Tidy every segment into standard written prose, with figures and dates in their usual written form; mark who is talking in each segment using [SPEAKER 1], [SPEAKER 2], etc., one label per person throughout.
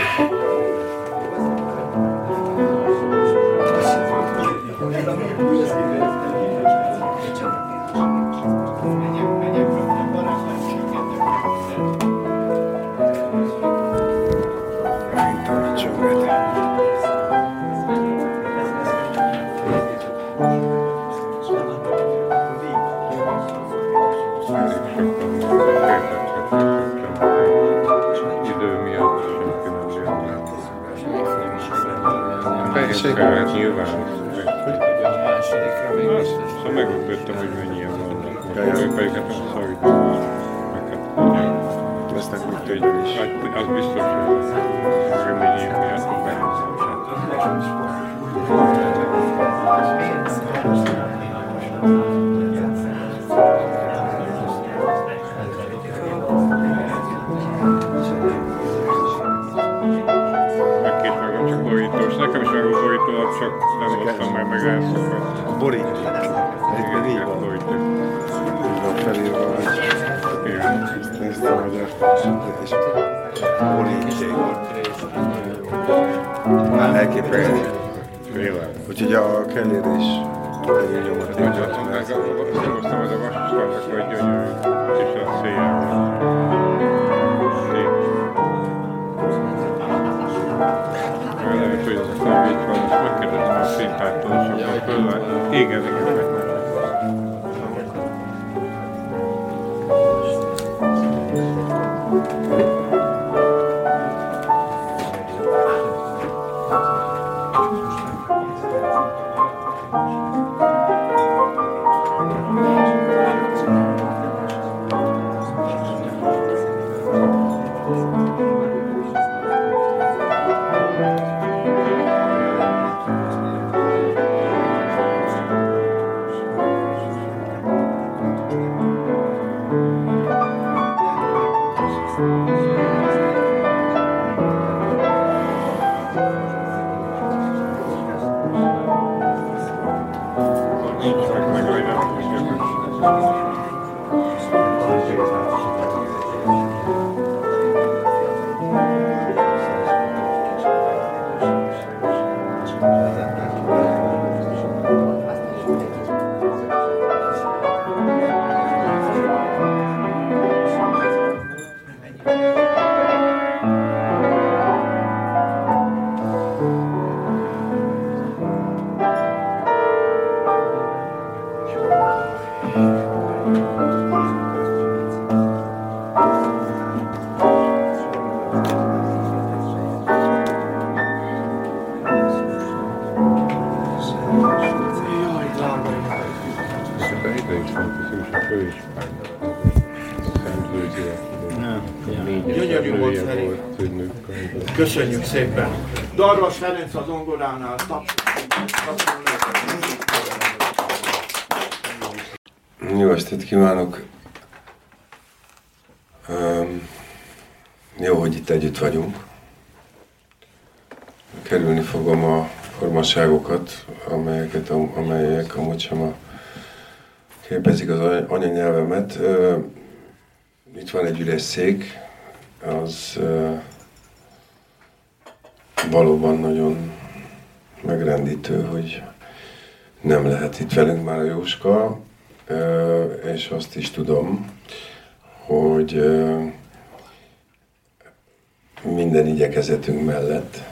[SPEAKER 1] Nyilván. Szóval meglepődtem, hogy mennyien vannak. Pedig hát nem szorítottam.
[SPEAKER 2] Lesznek még többen is.
[SPEAKER 1] Az biztos, hogy reményén miatt berendszer. Nekem is megvan borító, csak nem hoztam meg elszakadt.
[SPEAKER 2] Boríték. Egyben így van.
[SPEAKER 1] Boríték.
[SPEAKER 2] Így van felírva, hogy...
[SPEAKER 1] Igen.
[SPEAKER 2] Ezt néztem, hogy és boríték. Elképesztő.
[SPEAKER 1] Tényleg.
[SPEAKER 2] Úgyhogy a kellére is egy nyomat.
[SPEAKER 1] Nem hoztam az a vasistának, hogy gyönyörű kis a széjjel. Lehet, hogy az a felvégy van, és megkérdeztem a színpártól, és akkor föl, igen, meg.
[SPEAKER 3] Köszönjük szépen! Darvas Ferenc a zongoránál
[SPEAKER 2] Jó estét kívánok! Jó, hogy itt együtt vagyunk. Kerülni fogom a formaságokat, amelyek amúgy sem képezik az anyanyelvemet. Itt van egy üres szék, az valóban nagyon megrendítő, hogy nem lehet itt velünk már a Jóska, és azt is tudom, hogy minden igyekezetünk mellett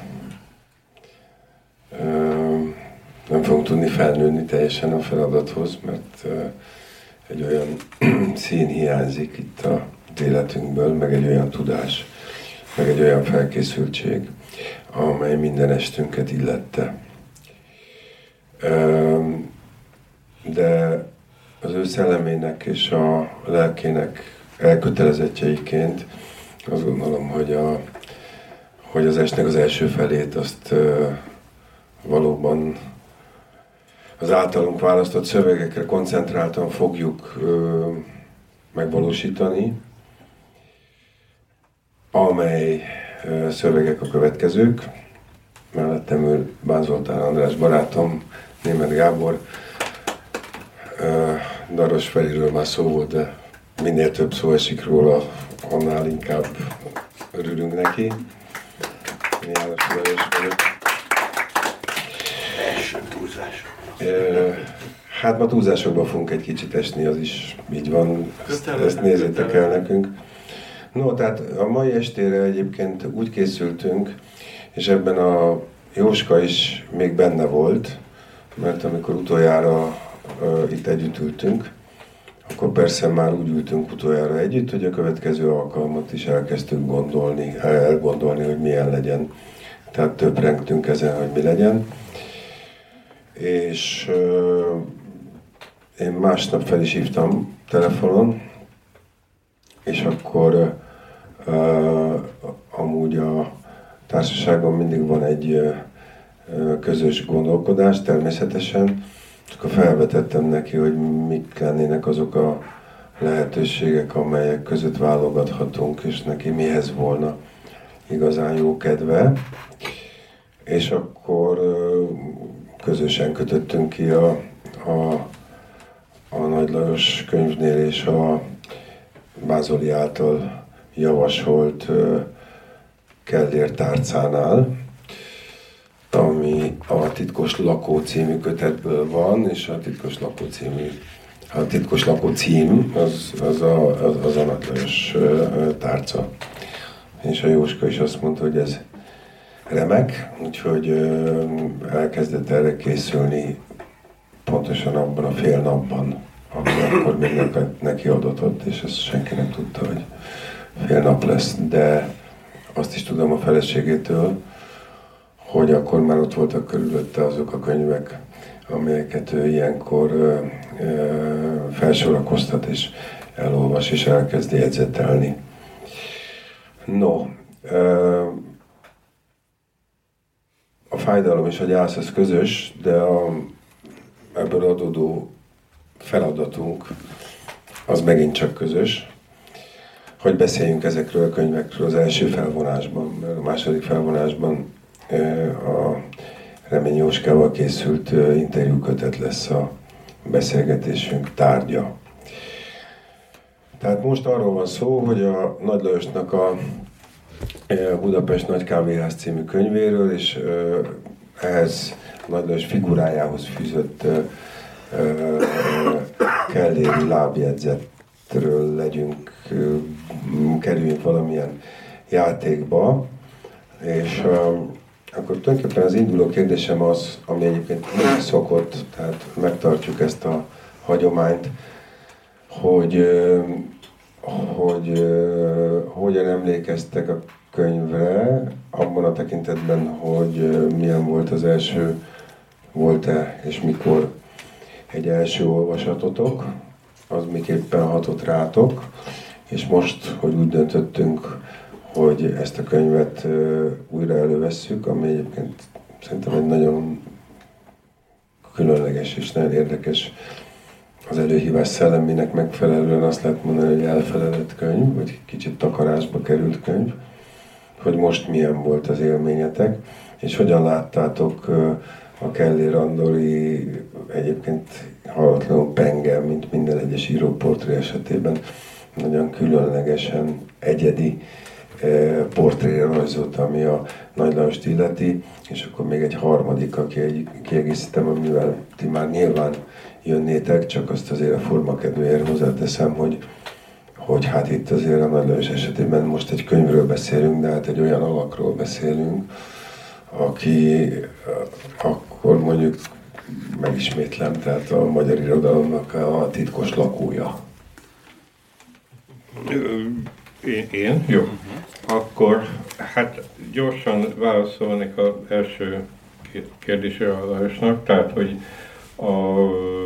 [SPEAKER 2] nem fogunk tudni felnőni teljesen a feladathoz, mert egy olyan szín hiányzik itt az életünkből, meg egy olyan tudás, meg egy olyan felkészültség, amely minden estünket illette. De az ő szellemének és a lelkének elkötelezettjeiként azt gondolom, hogy az estnek az első felét azt valóban az általunk választott szövegekre koncentráltan fogjuk megvalósítani, amely szövegek a következők. Mellettem ül Bán Zoltán András barátom, Németh Gábor. Daros Feriről már szó volt, de minél több szó esik róla, annál inkább örülünk neki. János Lajos vagyok.
[SPEAKER 3] Első túlzás.
[SPEAKER 2] Hát ma túlzásokba fogunk egy kicsit esni, az is így van, ezt nézzétek el nekünk. No, tehát a mai estére egyébként úgy készültünk, és ebben a Jóska is még benne volt, mert amikor utoljára itt együtt ültünk, akkor persze már úgy ültünk utoljára együtt, hogy a következő alkalmat is elkezdtünk elgondolni, hogy milyen legyen. Tehát töprengtünk ezen, hogy mi legyen. És én másnap fel is hívtam telefonon, és akkor amúgy a társaságon mindig van egy közös gondolkodás természetesen, és akkor felvetettem neki, hogy mik lennének azok a lehetőségek, amelyek között válogathatunk, és neki mihez volna igazán jó kedve. És akkor közösen kötöttünk ki a Nagy Lajos könyvnél és a Bázoli által javasolt Kellér tárcánál, ami a Titkos Lakó című kötetből van, és a Titkos Lakó cím az a Nagy Lajos tárca. És a Jóska is azt mondta, hogy ez remek, úgyhogy elkezdett erre készülni pontosan abban a fél napban, ami akkor még neki adatott, és ezt senki nem tudta, hogy fél nap lesz, de azt is tudom a feleségétől, hogy akkor már ott voltak körülötte azok a könyvek, amelyeket ő ilyenkor felsorakoztat és elolvas és elkezd jegyzetelni. No, a fájdalom és a gyász az közös, de ebből adódó feladatunk az megint csak közös, hogy beszéljünk ezekről a könyvekről az első felvonásban, mert a második felvonásban a Remény Jóskával készült interjúkötet lesz a beszélgetésünk tárgya. Tehát most arról van szó, hogy a Nagy Lajosnak a Budapest Nagy Kávéház című könyvéről, és ehhez Nagy Lajos figurájához fűzött kelléri lábjegyzetről kerüljünk valamilyen játékba, és akkor tulajdonképpen az induló kérdésem az, ami egyébként nem szokott, tehát megtartjuk ezt a hagyományt, hogy hogyan emlékeztek a könyvre, abban a tekintetben, hogy milyen volt az első, volt-e és mikor egy első olvasatotok, az miképpen hatott rátok, és most, hogy úgy döntöttünk, hogy ezt a könyvet újra elővesszük, ami egyébként szerintem egy nagyon különleges és nagyon érdekes, az előhívás szellemének megfelelően azt lehet mondani, hogy elfeledett könyv, vagy kicsit takarásba került könyv, hogy most milyen volt az élményetek, és hogyan láttátok a Kellér Andori egyébként hallatlanul penge, mint minden egyes íróportré esetében, nagyon különlegesen egyedi portrérajzot, ami a Nagy Lajost illeti, és akkor még egy harmadik, aki kiegészítem, amivel ti már nyilván jönnétek, csak azt azért a forma kedvéért hozzáteszem, hogy hát itt azért a Nagy Lajos esetében most egy könyvről beszélünk, de hát egy olyan alakról beszélünk, aki akkor mondjuk megismétlem, tehát a magyar irodalomnak a titkos lakója.
[SPEAKER 1] Én? Jó. Akkor hát gyorsan válaszolnék az első kérdésre a Lajosnak, tehát hogy a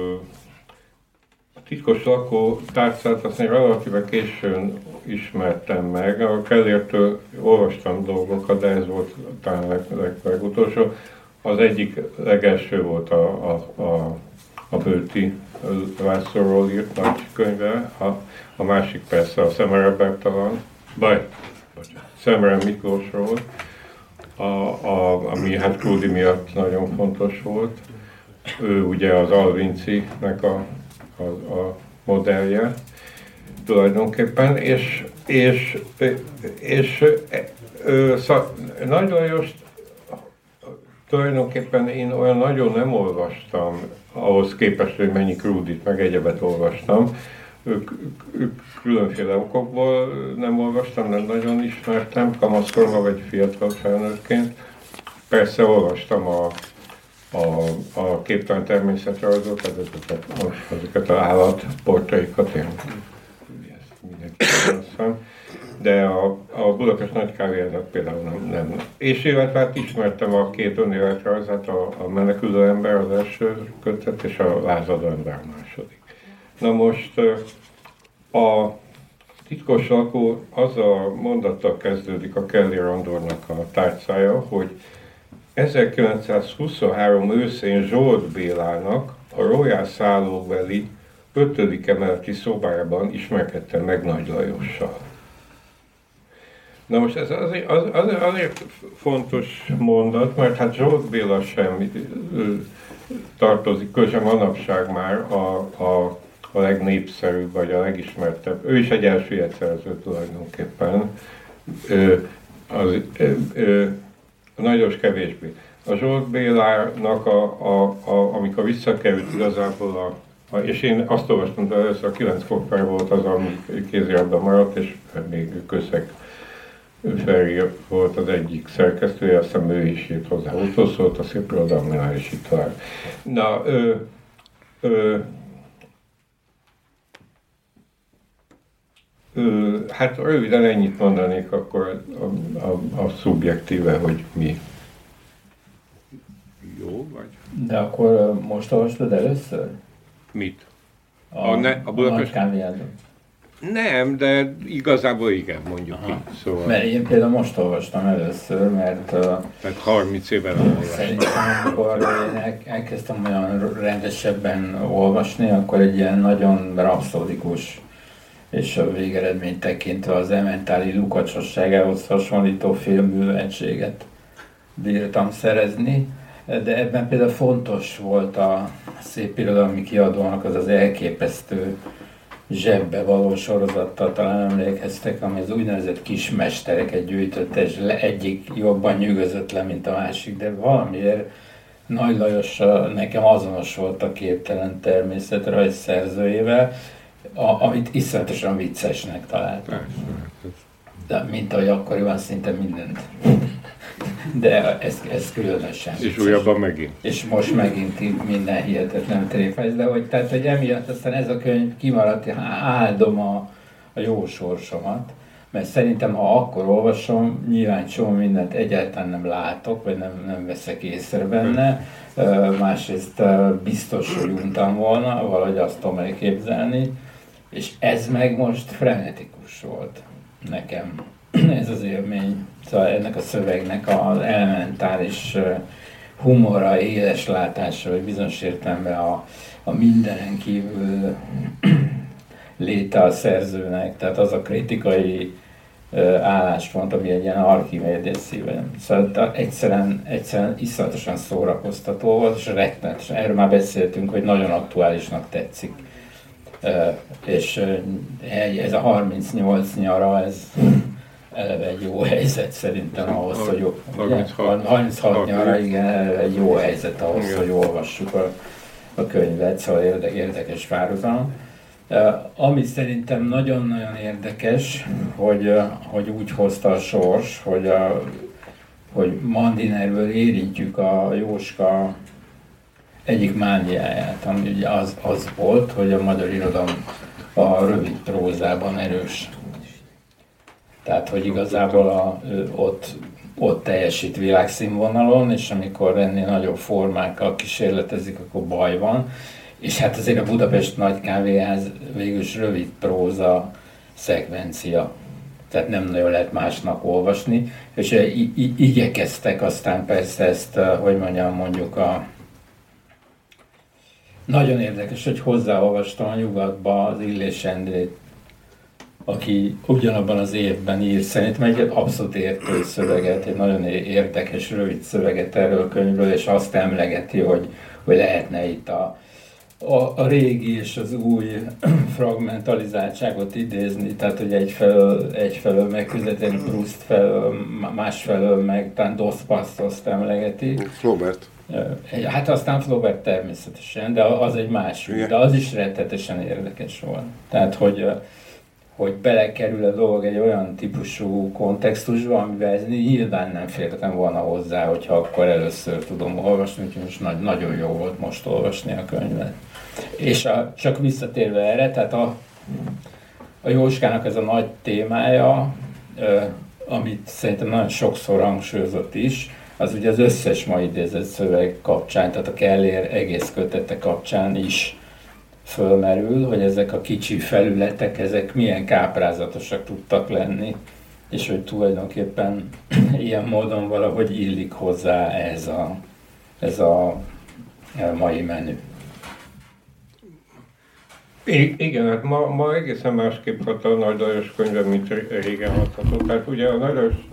[SPEAKER 1] titkos lakó tárcát azt még relatíve későn ismertem meg. A Kellértől olvastam dolgokat, de ez volt talán legutolsó. Az egyik legelső volt a Bőti Lászlóról írt nagy könyve, a másik persze a Szemere Bertalan, Szemere Miklósról, ami hát Krúdi miatt nagyon fontos volt. Ő ugye az Alvincinek a modellje tulajdonképpen, és Nagy Lajost tulajdonképpen én olyan nagyon nem olvastam, ahhoz képest, hogy mennyi Krúdit meg egyebet olvastam. Különféle okokból nem olvastam, nem nagyon ismertem, kamaszkoromban vagy fiatal felnőttként. Persze olvastam a képtelen természetrajzokat, ezeket az állatportrékat, én ezt mindenki olvastam. De a Budapest Nagy Kávéházának például nem. És illetve hát ismertem a két önéletrajzát, a Menekülő ember az első kötet, és a Lázadó ember a második. Na most a titkos lakó az a mondattal kezdődik a Kelly Randornak a tárcája, hogy 1923 őszén Zsolt Bélának a Royal szállóbeli 5. emeleti szobájában ismerkedtem meg Nagy Lajossal. Na most ez azért fontos mondat, mert hát Zsolt Béla sem tartozik köze manapság már a legnépszerűbb, vagy a legismertebb. Ő is egy elsüllyedszerző tulajdonképpen. Nagyon kevésbé. A Zsolt Bélának, amikor visszakerült igazából és én azt olvastam, hogy először a 9 fokpár volt az, ami kézirabda maradt, és még Közeg Feri volt az egyik szerkesztője, aztán ő is írt hozzá utószólt, a szép irodalmánál is itt tovább. Na, hát röviden ennyit mondanék akkor a szubjektíve, hogy mi.
[SPEAKER 4] Jó, vagy?
[SPEAKER 5] De akkor most olvastad először?
[SPEAKER 4] Mit?
[SPEAKER 5] A Budapest Kávéházat.
[SPEAKER 4] Nem, de igazából igen, mondjuk így. Szóval.
[SPEAKER 5] Mert én például most olvastam először, mert...
[SPEAKER 4] Tehát 30 éven olvastam.
[SPEAKER 5] Szerintem, amikor én elkezdtem olyan rendesebben olvasni, akkor egy ilyen nagyon rapszódikus és a végeredményt tekintve az Ementáli lukacsosságához hasonlító filmműegységet bírtam szerezni. De ebben például fontos volt a Szép Irodalmi Kiadónak az elképesztő zsebbe való sorozattal, talán emlékeztek, ami az úgynevezett kismestereket gyűjtötte, és egyik jobban nyűgözött le, mint a másik, de valamiért Nagy Lajossal nekem azonos volt a Képtelen természetrajz szerzőjével, amit iszonyatosan viccesnek találtam. De mint ahogy akkoriban szinte mindent. De ez különösen.
[SPEAKER 4] És újabban megint.
[SPEAKER 5] És most megint minden hihetetlen tréfáz, de hogy emiatt aztán ez a könyv kimaradt, áldom a jó sorsomat, mert szerintem, ha akkor olvasom, nyilván csomó mindent egyáltalán nem látok, vagy nem veszek észre benne, másrészt biztos, hogy untam volna, valahogy azt tudom elképzelni, és ez meg most frenetikus volt nekem. Ez az élmény, szóval ennek a szövegnek az elementáris humora, éles látása, vagy bizonyos értelemben a mindenen kívül léte a szerzőnek, tehát az a kritikai álláspont, ami egy ilyen Archimédes szívem. Szóval egyszerűen iszonyatosan szórakoztató volt, és rettenetesen. Erről már beszéltünk, hogy nagyon aktuálisnak tetszik. És ez a 38 nyara, ez eleve egy jó helyzet szerintem ahhoz, hogy 36 nyara, igen, eleve egy jó helyzet ahhoz, igen, hogy olvassuk a könyvet, szóval érdekes párhuzam. Ami szerintem nagyon-nagyon érdekes, hogy úgy hozta a sors, hogy Mandinerből érintjük a Jóska egyik mániáját, ami ugye az volt, hogy a magyar irodalom a rövid prózában erős. Tehát, hogy igazából ott teljesít világszínvonalon, és amikor ennél nagyobb formákkal kísérletezik, akkor baj van. És hát azért a Budapest Nagy Kávéház végülis rövid próza szekvencia. Tehát nem nagyon lehet másnak olvasni. És igyekeztek aztán persze ezt, hogy mondjuk nagyon érdekes, hogy hozzáolvastam a Nyugatba az Illés Endrét, aki ugyanabban az évben ír szerintem egy abszolút értő szöveget, egy nagyon érdekes, rövid szöveget erről a könyvről, és azt emlegeti, hogy lehetne itt a régi és az új fragmentalizáltságot idézni, tehát hogy egyfelől megközelíteni Proust felől, másfelől meg talán Dos Passoszt emlegeti.
[SPEAKER 6] Flaubert.
[SPEAKER 5] Hát aztán Flaubert természetesen, de az egy más ügy, de az is rettetesen érdekes volt. Tehát, hogy belekerül a dolog egy olyan típusú kontextusba, amivel ez nyilván nem féltem volna hozzá, hogyha akkor először tudom olvasni, úgyhogy most nagyon jó volt most olvasni a könyvet. És csak visszatérve erre, tehát a Jóskának ez a nagy témája, amit szerintem nagyon sokszor hangsúlyozott is, az ugye az összes ma idézett szöveg kapcsán, tehát a Kellér egész kötete kapcsán is fölmerül, hogy ezek a kicsi felületek, ezek milyen káprázatosak tudtak lenni, és hogy tulajdonképpen ilyen módon valahogy illik hozzá ez a mai menü.
[SPEAKER 1] Igen, hát ma egészen másképp hat a Nagy Lajos könyve, mint régen hatható. Tehát ugye a Nagy Lajos,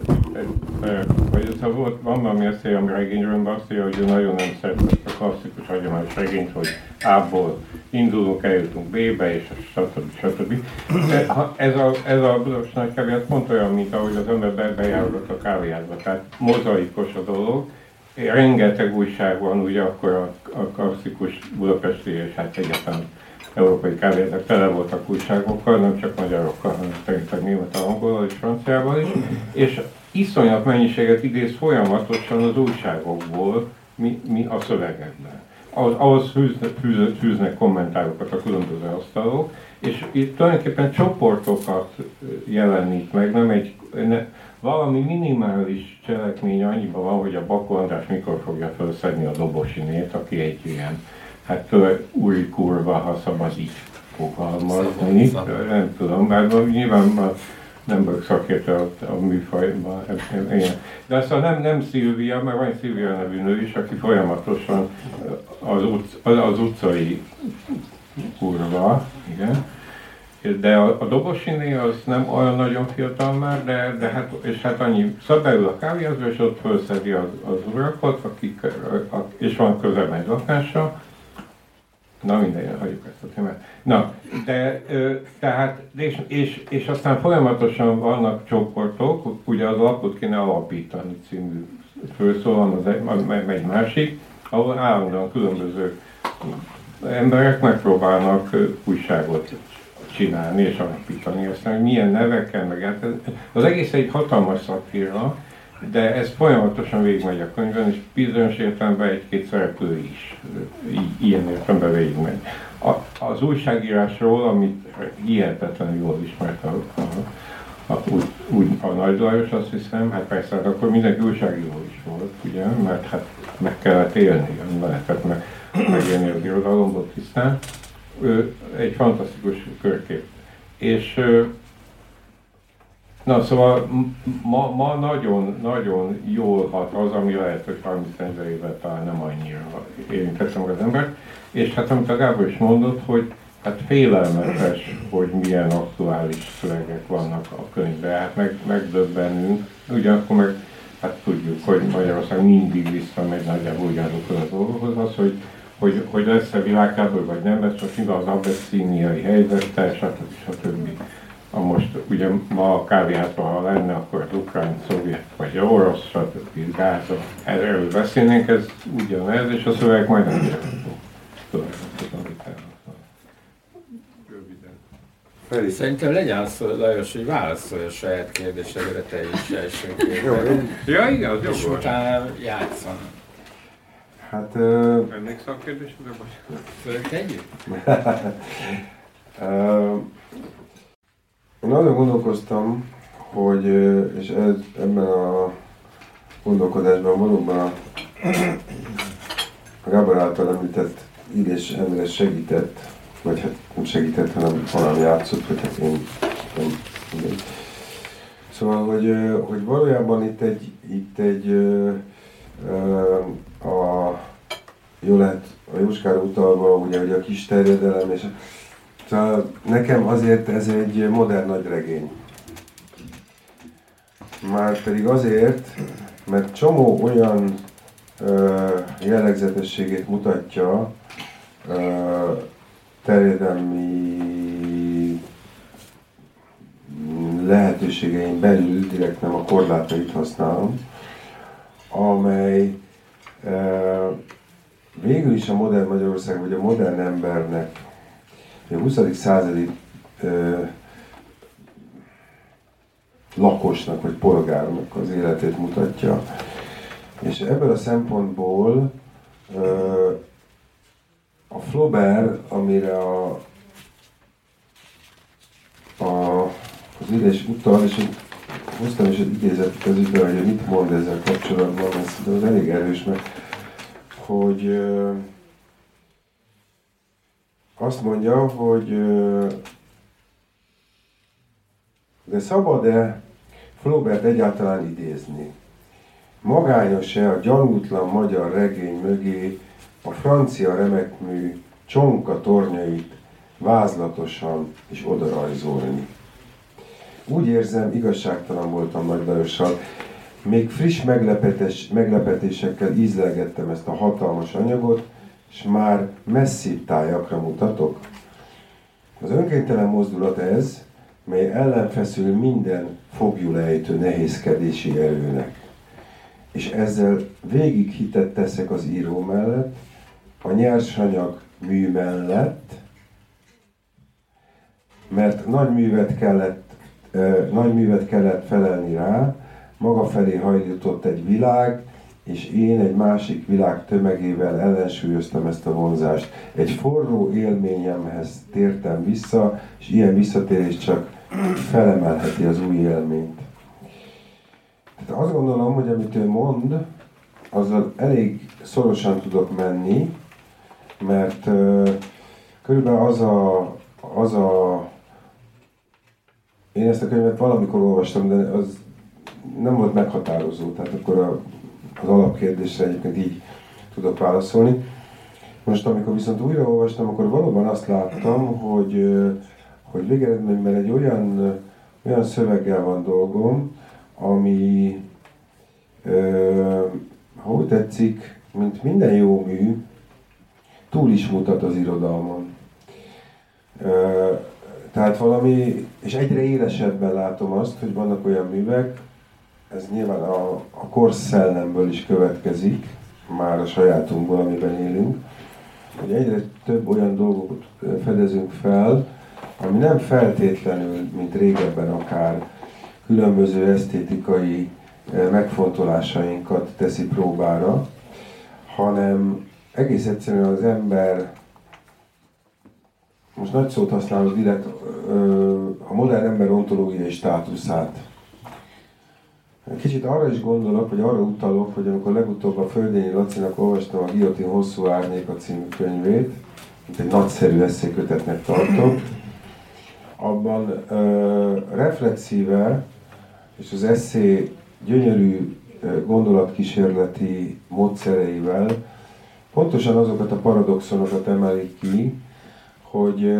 [SPEAKER 1] van valami eszély a regényről, azt írja, hogy ő nagyon nem szeret ezt a klasszikus hagyományos regényt, hogy A-ból indulunk, eljutunk B-be, és stb. Ez a Budapest Nagy Kávéház pont olyan, mint ahogy az ember bejárodott a kávéházba, tehát mozaikos a dolog. Rengeteg újság van, ugye akkor a klasszikus budapesti és hát egyáltalán európai kávéházak tele voltak újságokkal, nem csak magyarokkal, hanem szerintem német, angolal és franciával is, és iszonyat mennyiséget idéz folyamatosan az újságokból, mi a szövegekben. Ahhoz fűznek kommentárokat a különböző asztalok, és itt tulajdonképpen csoportokat jelenít meg, valami minimális cselekmény annyiban van, hogy a Bakó András mikor fogja felszedni a Dobosinét, aki egy ilyen, hát új kurva, ha szabad így fogalmazni, nem tudom, mert nyilván nem vagyok szakértő a műfajban, de aztán nem Szilvia, mert van Szilvia nevű nő is, aki folyamatosan az utcai kurva, igen. De a Dobosiné az nem olyan nagyon fiatal már, de hát, és hát annyi, beül a kávéházba, és ott felszedi az urakat, és van közel egy lakása. Na minden, hagyjuk ezt a témát. Na, tehát, és aztán folyamatosan vannak csoportok, ugye az Lapot kéne alapítani című főszó, van egy másik, ahol állandóan különböző emberek megpróbálnak újságot csinálni és alapítani, aztán hogy milyen nevekkel, meg hát az egész egy hatalmas szatíra, de ez folyamatosan végigmegy a könyvön, és bizonyos értelemben egy-két szereplő is ilyen értelemben végigmegy. Az újságírásról, amit hihetetlenül jól ismert a Nagy Lajos, azt hiszem, hát persze, hát akkor mindenki újságíró is volt, ugye, mert hát meg kellett élni, nem lehetett megélni az irodalomból tisztán. Egy fantasztikus körkép. És na szóval ma nagyon jól hat az, ami lehet, hogy 30-40 éve talán nem annyira érintette meg az embert. És hát amit a Gábor is mondott, hogy hát félelmetes, hogy milyen aktuális szövegek vannak a könyvben. Hát megdöbbenünk, ugyanakkor meg hát tudjuk, hogy Magyarország mindig visszamegy nagyjából ugyanazokhoz a dolgokhoz, az, hogy lesz-e világháború, vagy nem lesz, most nyilván az abesszíniai helyzettel, stb. Most ugye ma a kávéházban, ha lenne, akkor az ukrán, szovjet, vagy orosz, stb. Gáza. Erről beszélnénk, ez ugyanez, és a szöveg majdnem ugyanaz.
[SPEAKER 5] Röviden. Szerintem legyen az, Lajos, hogy válaszolj a saját kérdésedre, te is elsőként.
[SPEAKER 1] Ja, igen, az
[SPEAKER 5] és
[SPEAKER 1] jó volt.
[SPEAKER 5] utána játszon.
[SPEAKER 2] Hát...
[SPEAKER 1] Emlékszel a kérdésre, vagy?
[SPEAKER 5] Föltegyük?
[SPEAKER 2] Én nagyon gondolkoztam, hogy, és ebben a gondolkodásban valóban a Gábor által említett írés ennél segített, vagy hát nem segített, hanem talán játszott, vagy hát én nem mindegy. Szóval, hogy valójában itt egy jó lehet a Jóskára utalva, ugye, hogy a kis terjedelem, és szóval nekem azért ez egy modern nagyregény. Márpedig azért, mert csomó olyan jellegzetességét mutatja terjedelmi lehetőségeim belül, direkt nem a korlátait használom, amely végül is a modern Magyarország, vagy a modern embernek, a 20. századi lakosnak, vagy polgárnak az életét mutatja. És ebből a szempontból a Flaubert, amire az írás utal, és hoztam is egy idézetet az ügyben, hogy mit mond ezzel kapcsolatban, ez elég erős, mert hogy azt mondja, hogy de szabad-e Flaubert egyáltalán idézni? Magányos-e a gyanútlan magyar regény mögé a francia remekmű csonka tornyait vázlatosan és odarajzolni? Úgy érzem, igazságtalan voltam Nagy Lajossal. Még friss meglepetésekkel ízlelgettem ezt a hatalmas anyagot, és már messzibb tájakra mutatok. Az önkéntelen mozdulat ez, mely ellenfeszül minden fogjulejtő nehézkedési erőnek. És ezzel végig hitet teszek az író mellett, a nyersanyag mű mellett, mert nagy művet kellett felelni rá, maga felé hajlított egy világ, és én egy másik világ tömegével ellensúlyoztam ezt a vonzást. Egy forró élményemhez tértem vissza, és ilyen visszatérés csak felemelheti az új élményt. Tehát azt gondolom, hogy amit ő mond, azzal elég szorosan tudok menni, mert körülbelül az a... Én ezt a könyvet valamikor olvastam, de az nem volt meghatározó, tehát akkor az alapkérdésre egyébként így tudok válaszolni. Most amikor viszont újra olvastam, akkor valóban azt láttam, hogy végeredményben egy olyan szöveggel van dolgom, ami, ha úgy tetszik, mint minden jó mű, túl is mutat az irodalmon. Tehát valami, és egyre élesebben látom azt, hogy vannak olyan művek, ez nyilván a korszellemből is következik, már a sajátunkból, amiben élünk, hogy egyre több olyan dolgot fedezünk fel, ami nem feltétlenül, mint régebben akár, különböző esztétikai megfontolásainkat teszi próbára, hanem egész egyszerűen az ember, most nagy szót használok, direkt a modern ember ontológiai státuszát. Kicsit arra is gondolok, vagy arra utalok, hogy amikor legutóbb a Földényi Lacinak olvastam a Guillotine hosszú árnyéka című könyvét, mint egy nagyszerű eszékötetnek tartom, abban reflexíve és az eszé gyönyörű gondolatkísérleti módszereivel pontosan azokat a paradoxonokat emelik ki, hogy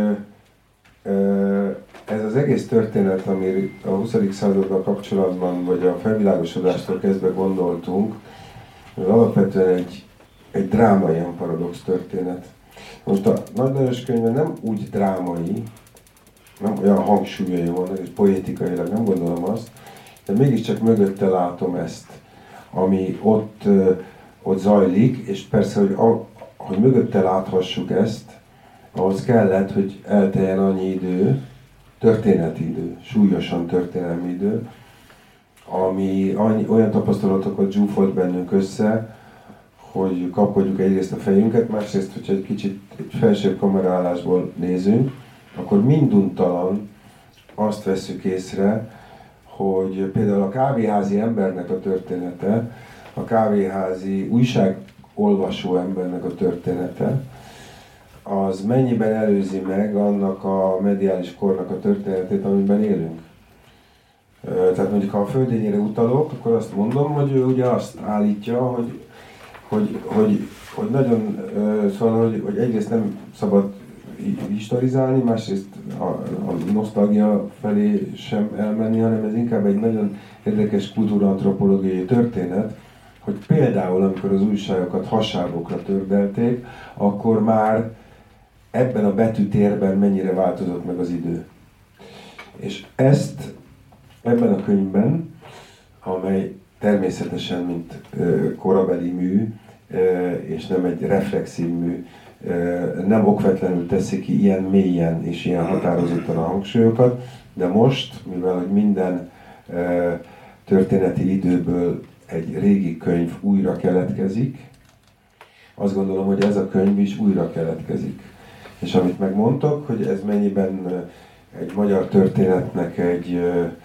[SPEAKER 2] ez az egész történet, ami a 20. századdal kapcsolatban, vagy a felvilágosodástól kezdve gondoltunk, az alapvetően egy drámai, ilyen paradox történet. Most a Nagy Lajos könyve nem úgy drámai, nem olyan hangsúlyai vannak, és poétikailag nem gondolom azt, de mégiscsak mögötte látom ezt, ami ott zajlik, és persze, hogy mögötte láthassuk ezt, ahhoz kellett, hogy elteljen annyi idő, történeti idő, súlyosan történelmi idő, ami olyan tapasztalatokat zsúfolt bennünk össze, hogy kapkodjuk egyrészt a fejünket, másrészt, hogyha egy kicsit egy felsőbb kameraállásból nézünk, akkor minduntalan azt vesszük észre, hogy például a kávéházi embernek a története, a kávéházi újságolvasó embernek a története, az mennyiben előzi meg annak a mediális kornak a történetét, amiben élünk. Tehát mondjuk, ha a Földényére utalok, akkor azt mondom, hogy ő ugye azt állítja, hogy nagyon, szóval, hogy egyrészt nem szabad historizálni, másrészt a nosztalgia felé sem elmenni, hanem ez inkább egy nagyon érdekes kultúraantropológiai történet, hogy például, amikor az újságokat hasábokra tördelték, akkor már ebben a betűtérben mennyire változott meg az idő. És ezt ebben a könyvben, amely természetesen, mint korabeli mű, és nem egy reflexív mű, nem okvetlenül teszi ki ilyen mélyen és ilyen határozottan a hangsúlyokat, de most, mivel hogy minden történeti időből egy régi könyv újra keletkezik, azt gondolom, hogy ez a könyv is újra keletkezik. És amit megmondtak, hogy ez mennyiben egy magyar történetnek egy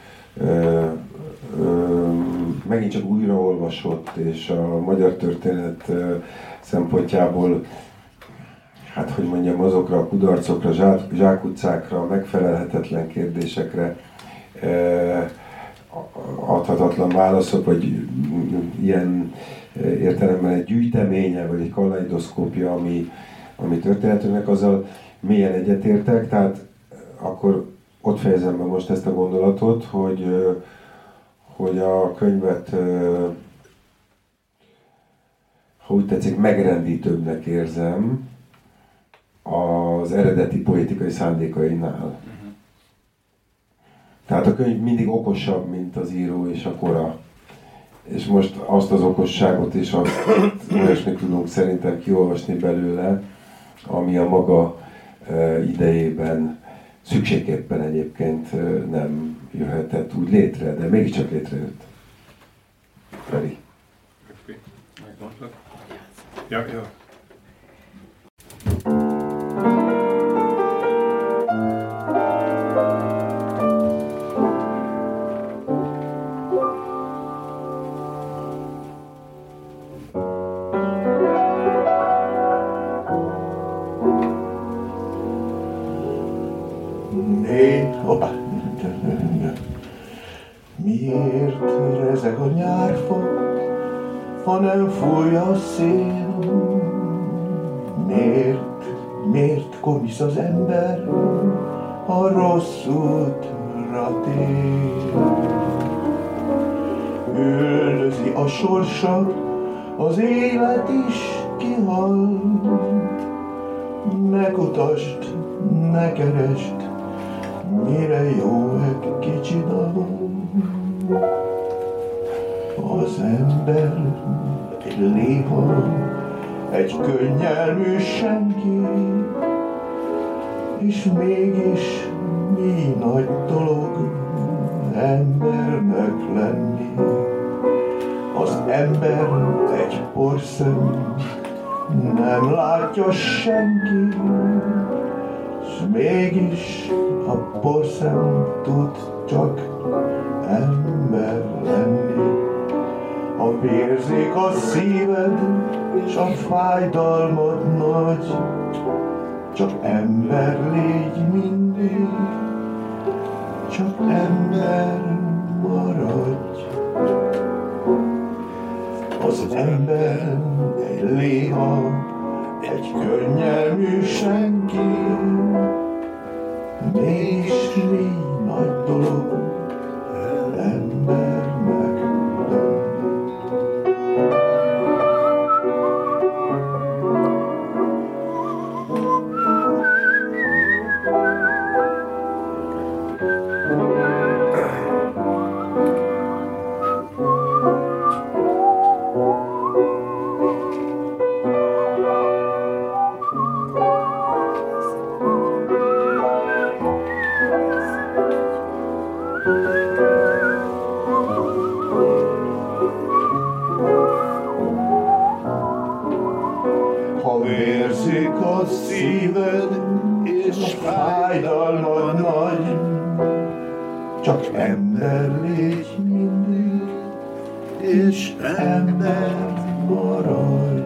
[SPEAKER 2] megint csak újraolvasott, és a magyar történet szempontjából, hát hogy mondjam, azokra a kudarcokra, zsákutcákra, megfelelhetetlen kérdésekre adhatatlan válaszok, vagy ilyen értelemben egy gyűjteménye, vagy egy kaleidoszkópja, ami történetünknek, azzal mélyen egyetértek, tehát akkor ott fejezem be most ezt a gondolatot, hogy a könyvet, ha úgy tetszik, megrendítőbbnek érzem az eredeti poétikai szándékainál. Tehát a könyv mindig okosabb, mint az író és a kora. És most azt az okosságot és azt olyasmit tudunk szerintem kiolvasni belőle, ami a maga idejében szükségképpen egyébként nem jöhetett úgy létre, de mégiscsak létrejött. Feri.
[SPEAKER 1] Ja.
[SPEAKER 6] Miért rezeg a nyárfok, ha nem fúj a szél? Miért komisz az ember, ha rossz útra tér? Üldözi a sorsa, az élet is kihal. Ne kutasd, ne keresd, mire jó egy kicsi dal. Az ember egy léha, egy könnyelmű senki, és mégis mi nagy dolog embernek lenni. Az ember egy porszem, nem látja senki, s mégis a porszem tud csak ember lenni. Ha vérzik a szíved, és a fájdalmad nagy, csak ember légy mindig, csak ember maradj. Az ember egy léha, egy könnyelmű senki, mégis mi nagy dolog embernek lenni. Ha vérzik a szíved, és fájdalmad nagy, csak ember légy mindig, és ember maradj.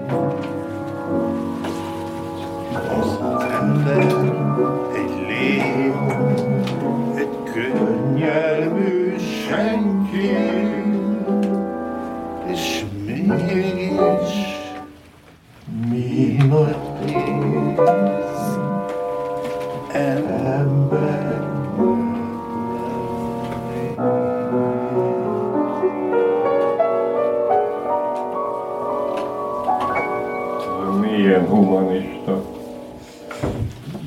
[SPEAKER 6] Az ember egy léha, egy könnyelmű senki, és mégis mi nagy pénz ember.
[SPEAKER 1] Milyen humanista.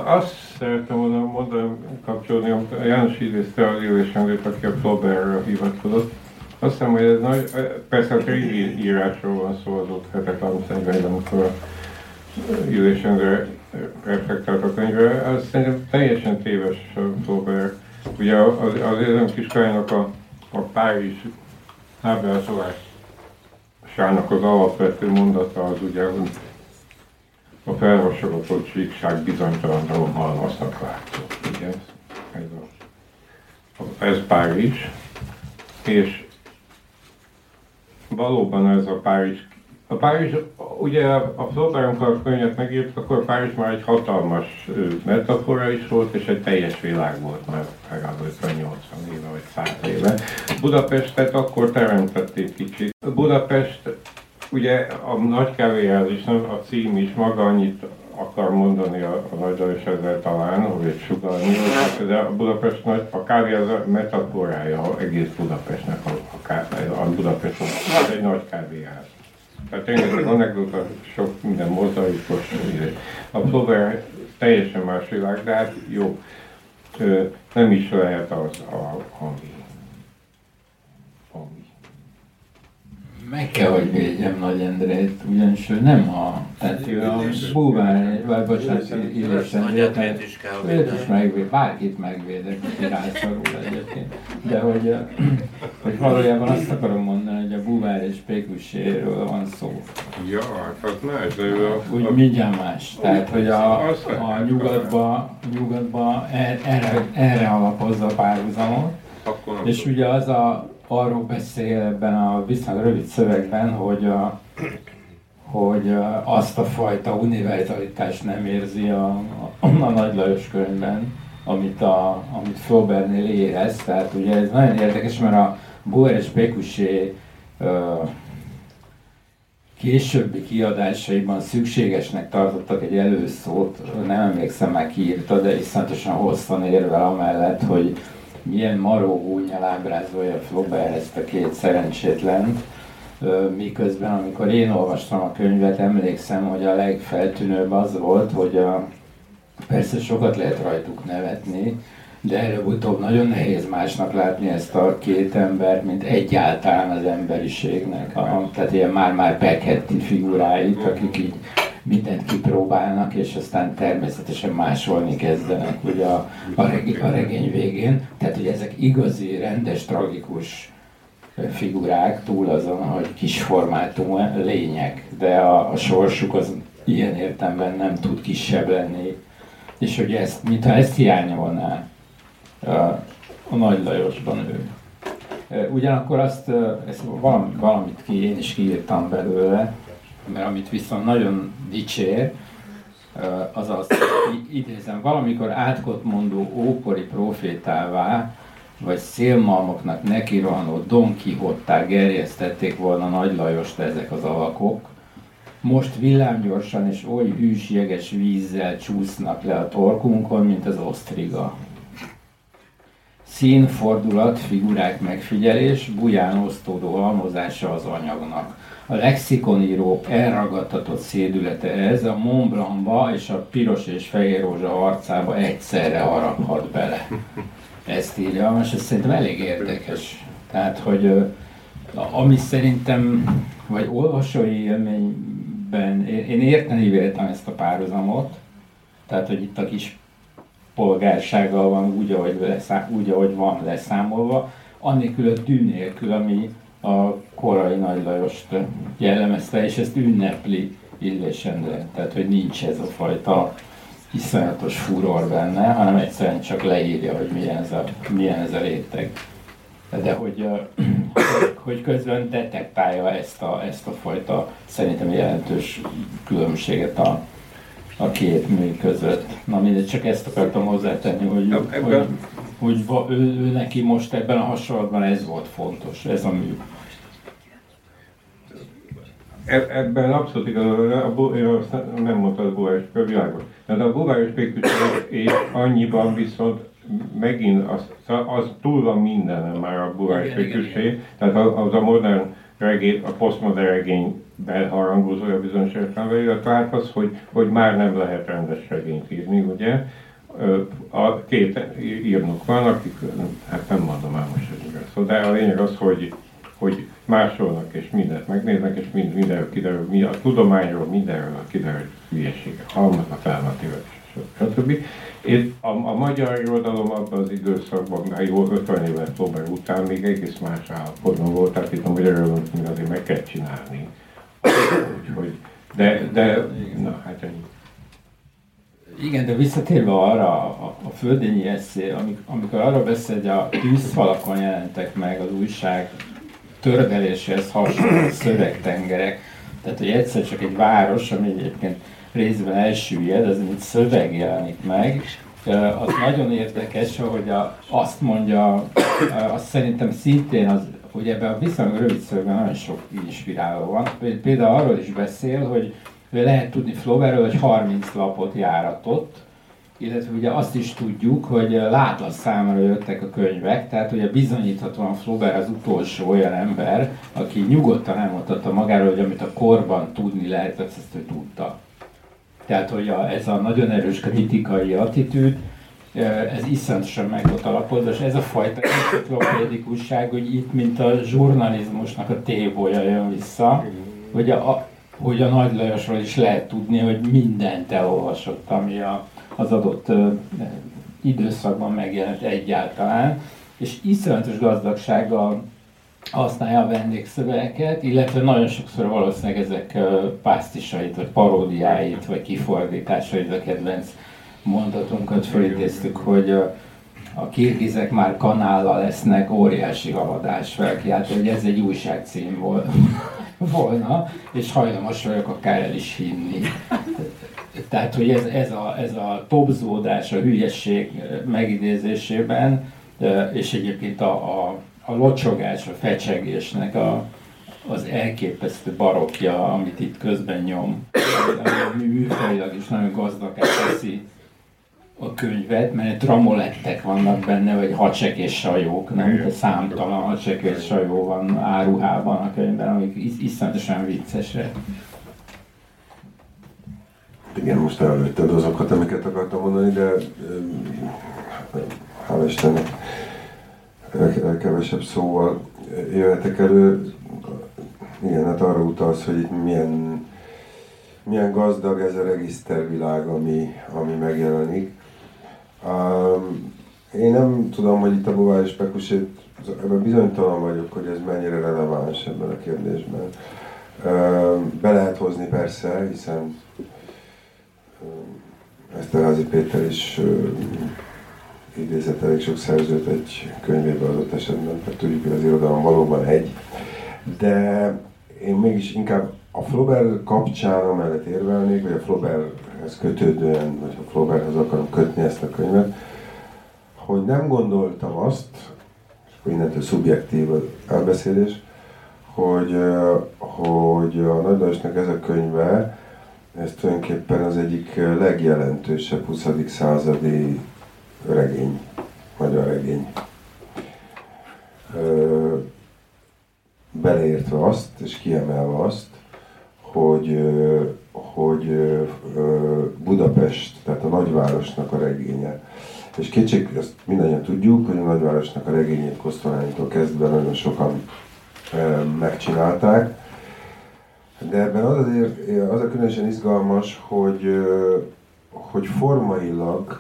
[SPEAKER 1] azt szerettem volna mondani, kapcsolni, amit a János idézte a Illés Endrét, aki a Flaubertről hivatkozott. Azt hiszem, hogy ez nagy, persze a régi írásról van szó az ott 731-ben, amikor a Illés Endre reflektált a könyvre, az szerintem teljesen téves a Flaubert. Ugye az Ézem Kiskajnak a Párizs ábrázolásának az alapvető mondata az ugye, hogy a felhasonlított síkság bizonytalan halmaznak látszott, ugye? Ez Párizs, és valóban ez a Párizs, ugye a Flaubert, amikor a könyvet megírt, akkor Párizs már egy hatalmas metafora is volt, és egy teljes világ volt már legalább 50-80 éve, vagy 100 éve. Budapestet akkor teremtették kicsit. Budapest, ugye a nagy kávéház is, nem, a cím is maga annyit akar mondani a Nagy Lajos ezzel talán, hogy sugalni, de a Budapest nagy, a kávéház a metaforája egész Budapestnek, a Budapest egy nagy kávéház. Tehát tényleg anekdota, sok minden mozaikos, a Flaubert teljesen más világ, de hát jó, nem is lehet az, ami.
[SPEAKER 5] Meg kell, hogy védjem Nagy Endrét, ugyanis ő nem tehát ő a búvár, vagy bocsánat, Illés Endrét, őt is megvéd, bárkit megvédek, aki rászorul egyébként. De hogy valójában azt akarom mondani, hogy a búvár és Pécuchéről van szó.
[SPEAKER 1] Ja, hát az más, de ő
[SPEAKER 5] úgy mindjárt más. Tehát, hogy a nyugatba erre alapozza a párhuzamot. És ugye az arról beszél ebben a viszonylag rövid szövegben, hogy azt a fajta univerzalitást nem érzi a Nagy Lajos könyvben, amit Flaubertnél érez. Tehát ugye ez nagyon érdekes, mert a Bauer és Pécuchet későbbi kiadásaiban szükségesnek tartottak egy előszót, nem emlékszem már ki írta, de iszonyatosan hosszan érvel amellett, hogy milyen maró gúnnyal ábrázolja Flaubert ezt a két szerencsétlent, miközben amikor én olvastam a könyvet, emlékszem, hogy a legfeltűnőbb az volt, hogy persze sokat lehet rajtuk nevetni, de előbb-utóbb nagyon nehéz másnak látni ezt a két embert, mint egyáltalán az emberiségnek. Tehát ilyen már Becketti figuráit, akik így mindent kipróbálnak, és aztán természetesen másolni kezdenek ugye a regény végén. Tehát, hogy ezek igazi, rendes, tragikus figurák, túl azon, hogy kisformátum lények, de a sorsuk az ilyen értelemben nem tud kisebb lenni. És hogy mintha ezt hiányolná a Nagy Lajosban ő. Ugyanakkor ezt valamit én is kiírtam belőle, mert amit viszont nagyon dicsér, az azt, idézem, valamikor átkotmondó ókori profétává, vagy szélmalmoknak nekirohanó Don Quixottá gerjesztették volna Nagy Lajost ezek az alakok, most villámgyorsan és oly hűs jeges vízzel csúsznak le a torkunkon, mint az osztriga. Színfordulat, figurák megfigyelés, buján osztódó halmozása az anyagnak. A lexikoníró elragadtatott szédülete ez, a Mont Blancba és a piros és fehér rózsa arcába egyszerre haraphat bele. Ezt írja, most ez szerintem elég érdekes. Tehát, hogy ami szerintem, vagy olvasói élményben, én érteni véltem ezt a párhuzamot, tehát, hogy itt a kis polgársággal van úgy, ahogy van leszámolva, annélkül a dű nélkül, ami a korai Nagy Lajost jellemezte, és ezt ünnepli Illés Endre. Tehát, hogy nincs ez a fajta iszonyatos furor benne, hanem egyszerűen csak leírja, hogy milyen ez a réteg. De hogy közben detektálja ezt a fajta, szerintem jelentős különbséget a két mű között. Na mindegy, csak ezt akartam hozzátenni, hogy ő neki most ebben a hasonlatban ez volt fontos, ez a mű.
[SPEAKER 1] Ebben abszolút igaz, nem mondtad a Bauer és világos. De a Bauer és Pécuchet annyiban viszont megint az túl van mindenen már a Bauer és Pécuchet, tehát az a modern a posztmodern regény beharangozója bizonyos értelemben, illetve az, hogy már nem lehet rendes regényt írni, ugye. A két írnok van, akik, hát nem mondom már most, hogy igaz, de a lényeg az, hogy másolnak és mindent megnéznek, és mindenről kiderül, a tudományról mindenről kiderül hülyeségek, halmaznak, felmatívet, stb. A magyar irodalom abban az időszakban, már jó 50 éves Flaubert után még egész más állapotban volt, tehát itt a magyar irodalomot még azért meg kell csinálni. Úgyhogy, de na, hát ennyi.
[SPEAKER 5] Igen, de visszatérve arra a földényi eszé, amikor arra beszél, hogy a tűzfalakon jelentek meg az újság tördeléshez hasonló szövegtengerek, tehát hogy egyszer csak egy város, ami egyébként részben elsüllyed, az mint szöveg jelenik meg, az nagyon érdekes, hogy azt mondja, azt szerintem szintén, hogy ebben a viszonylag rövid szövegben nagyon sok inspiráló van. Például arról is beszél, hogy lehet tudni Flaubertről, hogy 30 lapot járatott, illetve ugye azt is tudjuk, hogy látlas számára jöttek a könyvek, tehát ugye bizonyíthatóan Flaubert az utolsó olyan ember, aki nyugodtan elmondhatta magáról, hogy amit a korban tudni lehetett, ezt ő tudta. Tehát, hogy ez a nagyon erős kritikai attitűd, ez iszonyatosan meg volt alapozva, és ez a fajta enciklopédikusság, hogy itt, mint a zsurnalizmusnak a tébolya jön vissza, hogy a Nagy Lajosról is lehet tudni, hogy mindent elolvasott, ami az adott időszakban megjelent egyáltalán, és iszonyatos gazdagsággal használja a vendégszövegeket, illetve nagyon sokszor valószínűleg ezek pásztisait, vagy paródiáit, vagy kifordításait, a kedvenc mondatunkat felidéztük, hogy a kirgizek már kanállal lesznek, óriási haladás felkiált, hogy ez egy újságcím volna, és hajlamos vagyok akár el is hinni. Tehát, hogy ez a topzódás, a hülyesség megidézésében, és egyébként a locsogás, a fecsegésnek az elképesztő barokja, amit itt közben nyom, ami műfajilag is nagyon gazdagá teszi a könyvet, mert tramolettek vannak benne, vagy hacsek és sajók, nem? De számtalan hacsek és sajó van áruhában a könyvben, amik iszonyatosan viccesek.
[SPEAKER 2] Igen, most előtted azokat, amiket akartam mondani, de hál' Istennek kevesebb szóval jöhetek elő. Igen, hát arra utalsz, hogy milyen gazdag ez a regisztervilág, ami megjelenik. Én nem tudom, hogy itt a Bovály és Pekusét, ebben bizonytalan vagyok, hogy ez mennyire releváns ebben a kérdésben. Be lehet hozni persze, hiszen Eszterházy Péter is idézett elég sok szerzőt egy könyvében adott esetben, tehát tudjuk, hogy az irodalom valóban egy. De én mégis inkább a Flaubert kapcsán amellett érvelnék, vagy a Flauberthez kötődően, vagy a Flauberthez akarom kötni ezt a könyvet, hogy nem gondoltam azt, és akkor innentől szubjektív az elbeszélés, hogy a Nagy Lajosnak ez a könyve, ez tulajdonképpen az egyik legjelentősebb 20. századi regény, magyar regény. Beleértve azt, és kiemelve azt, hogy Budapest, tehát a nagyvárosnak a regénye. És kétség, ezt mindannyian tudjuk, hogy a nagyvárosnak a regényét Kosztolánytól kezdve nagyon sokan megcsinálták. De ebben az a különösen izgalmas, hogy formailag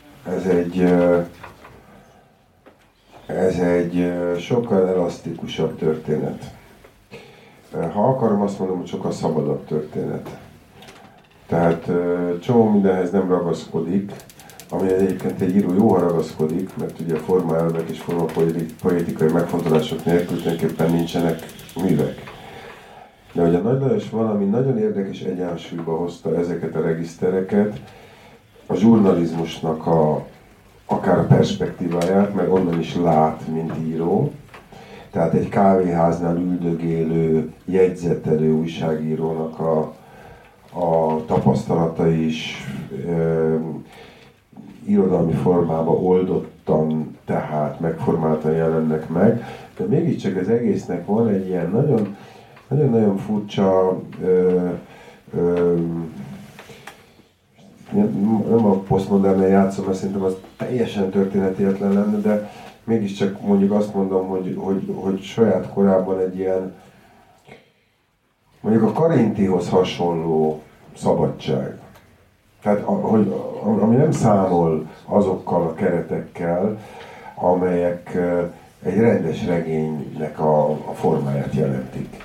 [SPEAKER 2] ez egy sokkal elasztikusabb történet. Ha akarom, azt mondom, hogy sokkal szabadabb történet. Tehát csomó mindenhez nem ragaszkodik, ami egyébként egy író jó, ha ragaszkodik, mert ugye a formaelvek és formapolitikai megfontolások nélkül tulajdonképpen nincsenek művek. De hogy a Nagy Lajos valami nagyon érdekes egyensúlyba hozta ezeket a regisztereket, a zsurnalizmusnak akár a perspektíváját, meg onnan is lát, mint író. Tehát egy kávéháznál üldögélő, jegyzetelő újságírónak a tapasztalatai is irodalmi formába oldottan, tehát megformáltan jelennek meg, de mégiscsak az egésznek van egy ilyen nagyon furcsa, nem a posztmodernen játszom, mert szerintem az teljesen történetéletlen lenne, de mégiscsak mondjuk azt mondom, hogy saját korában egy ilyen, mondjuk a Karintihoz hasonló szabadság. Tehát, ami nem számol azokkal a keretekkel, amelyek egy rendes regénynek a formáját jelentik.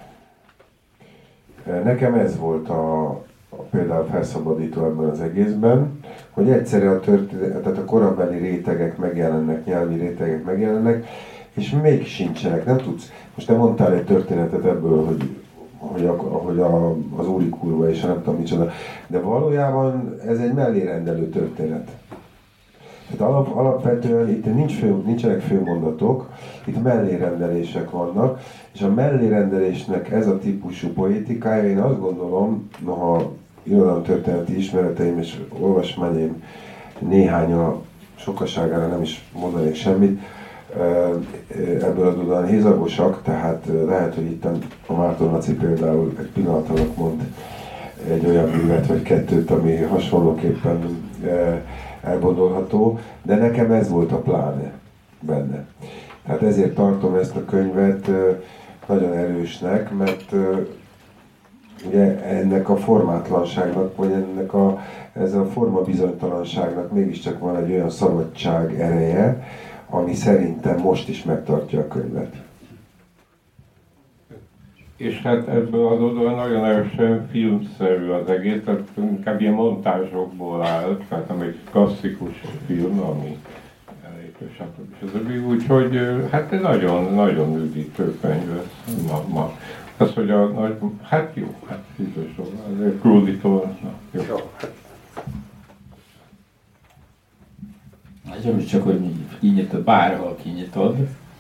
[SPEAKER 2] Nekem ez volt például felszabadító ebben az egészben, hogy egyszerre tehát a korabeli rétegek megjelennek, nyelvi rétegek megjelennek, és még sincsenek, nem tudsz. Most te mondtál egy történetet ebből, hogy az úri kurva és nem tudom micsoda, de valójában ez egy mellérendelő történet. Tehát alapvetően itt nincsenek főmondatok, itt mellérendelések vannak, és a mellérendelésnek ez a típusú poétikája, én azt gondolom, noha irodalomtörténeti ismereteim és olvasmányaim néhánya sokaságára nem is mondanék semmit, ebből adódóan hézagosak, tehát lehet, hogy itt a Márton Laci például egy pillanat alatt mond egy olyan művet vagy kettőt, ami hasonlóképpen elgondolható, de nekem ez volt a pláne benne. Tehát ezért tartom ezt a könyvet nagyon erősnek, mert ugye ennek a formátlanságnak, vagy ez a formabizonytalanságnak mégiscsak van egy olyan szabadság ereje, ami szerintem most is megtartja a könyvet.
[SPEAKER 1] És hát ebből adódóan nagyon erősen filmszerű az egész, tehát inkább ilyen montázsokból áll, tehát nem egy klasszikus film, ami elég stb. Úgyhogy hát egy nagyon üdítő könyv ez ma. Az, hogy hát jó, hát hűvös róla, azért Krúditól, jó.
[SPEAKER 5] Nagyon csak, hogy kinyitod, bárhol kinyitod,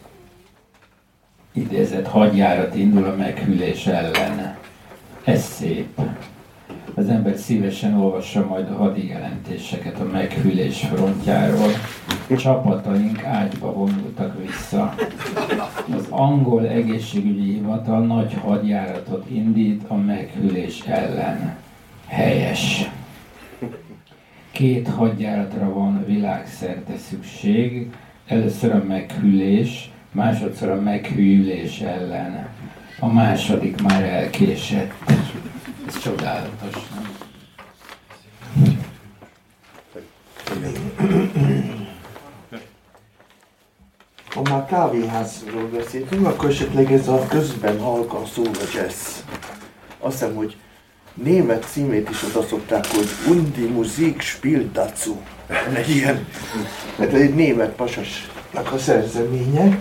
[SPEAKER 5] idézett hadjárat indul a meghűlés ellen. Ez szép. Az ember szívesen olvassa majd a hadijelentéseket a meghűlés frontjáról. Csapataink ágyba vonultak vissza. Az angol egészségügyi hivatal nagy hadjáratot indít a meghűlés ellen. Helyes. 2 hadjáratra van világszerte szükség. Először a meghűlés, másodszor a meghűlés ellen. A második már elkésett. Ez csodálatos, nem?
[SPEAKER 6] Ha már kávéházról beszéltünk, akkor esetleg ez a közben halkan szól a jazz. Azt hiszem, hogy német címét is oda szokták, hogy Und die Musik spielt dazu. Egy ilyen, ez egy német pasasnak a szerzeménye.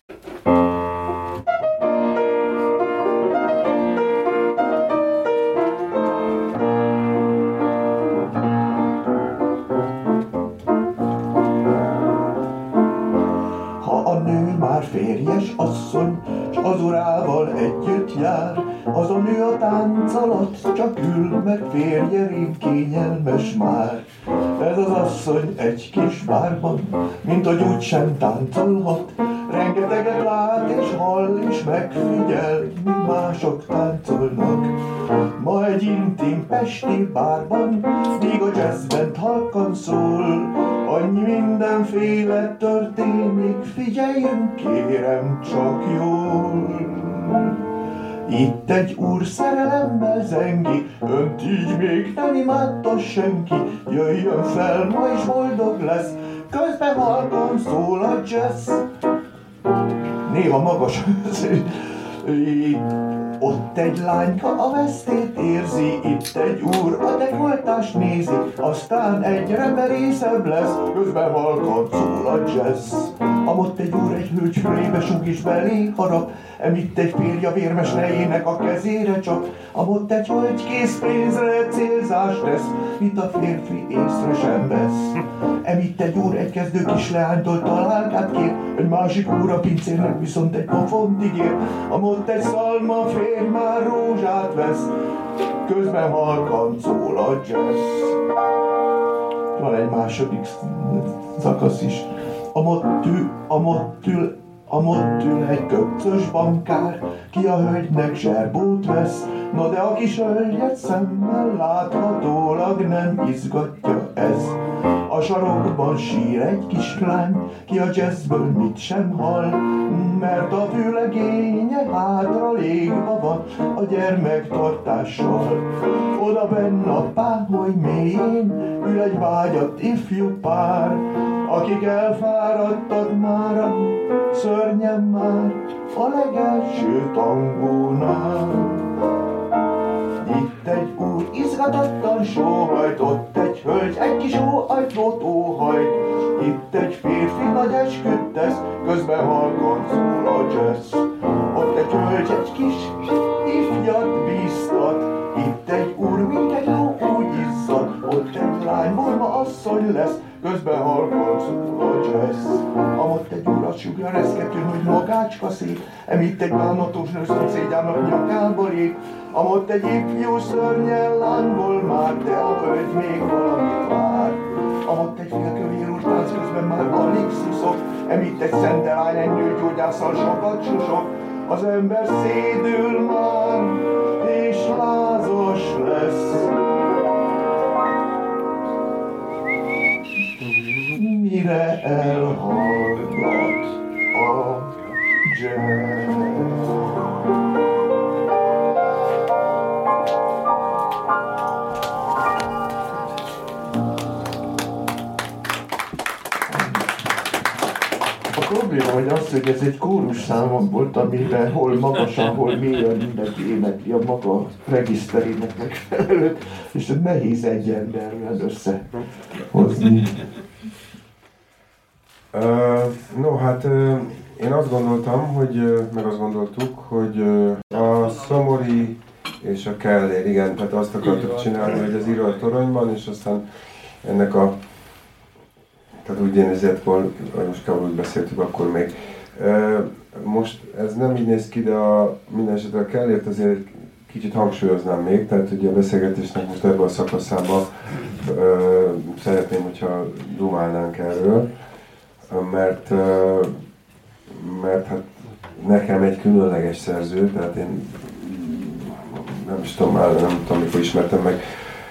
[SPEAKER 6] Férjes asszony, s az urával együtt jár, az a nő a tánc alatt csak ül, mert férje rém kényelmes már. Ez az asszony egy kis bárban, mint hogy úgysem táncolhat, rengeteget lát és hall és megfigyel, míg mások táncolnak. Ma egy intim pesti bárban, míg a jazzband halkan szól, annyi mindenféle történik, figyeljünk kérem csak jól. Itt egy úr szerelemmel zengi, önt így még nem imádta senki, jöjjön fel, ma is boldog lesz, közben halkan szól a jazz. Néha magas, ott egy lányka a vesztét érzi, itt egy úr a dekoltást nézi, aztán egyre merészebb lesz, közben halkan szól a jazz. Amott egy úr egy hölgy fülébe sug és belé harap, emitt egy férja vérmes lejének a kezére csap, amott egy hölgy készpénzre célzást tesz, mint a férfi észre sem vesz. Emitt egy úr egy kezdő kis leánytól találkát kér, egy másik úr a pincérnek viszont egy pofont ígér, amott egy szalma férj már rózsát vesz, közben halkan szól a jazz. Van egy második szakasz is. Amott ül amott ül egy köpcös bankár, ki a hölgynek zserbót vesz, no de a kis hölgyet szemmel láthatólag nem izgatja ez. A sarokban sír egy kislány, ki a jazzből mit sem hall, mert a vőlegénye hátra légva van a gyermektartással. Oda benn a páholy mélyén ül egy vágyat ifjú pár, akik elfáradtak mára, szörnyen már a legelső tangónál. Itt egy úr izgatottan sóhajt, ott egy hölgy egy kis óajtót óhajt. Itt egy férfi nagy esküt tesz, közben halkan szól a jazz. Ott egy hölgy egy kis ifjat bíztat, itt egy úr mint egy ló úgy izzad. Ott egy lány burma asszony lesz, közben halkan szól a jazz. Amott egy úr a sugáreszketőn, hogy magácska szép, emitt egy bánatos nő szomszédjának nyakába lép. Amott egy ifjú szörnyen lángol már, de a hölgy még valamit vár. Amott egy félkövér úr tánc, közben már alig szuszog, emitt egy szentelány egy nőgyógyásszal sokat susog. Az ember szédül már, és lázas lesz. Mire elhallgat a jazz. A probléma, hogy az, hogy ez egy kórusszámom volt, amiben hol magasan, hol mélyen mindenki énekli a maga regiszterének megfelelőt, és ez nehéz egy emberrel összehozni.
[SPEAKER 2] No, hát én azt gondoltam, meg azt gondoltuk, hogy a Szomori és a Kellér, igen, tehát azt akartuk csinálni, hogy az író a toronyban, és aztán ennek a, tehát úgy Dénizetból, Anuskával úgy beszéltük akkor még. Most ez nem így néz ki, de minden esetre a Kellért azért kicsit hangsúlyoznám még, tehát ugye a beszélgetésnek most ebben a szakaszában szeretném, hogyha dumálnánk erről, mert hát nekem egy különleges szerző, tehát én nem is tudom, nem tudom, mikor ismertem meg,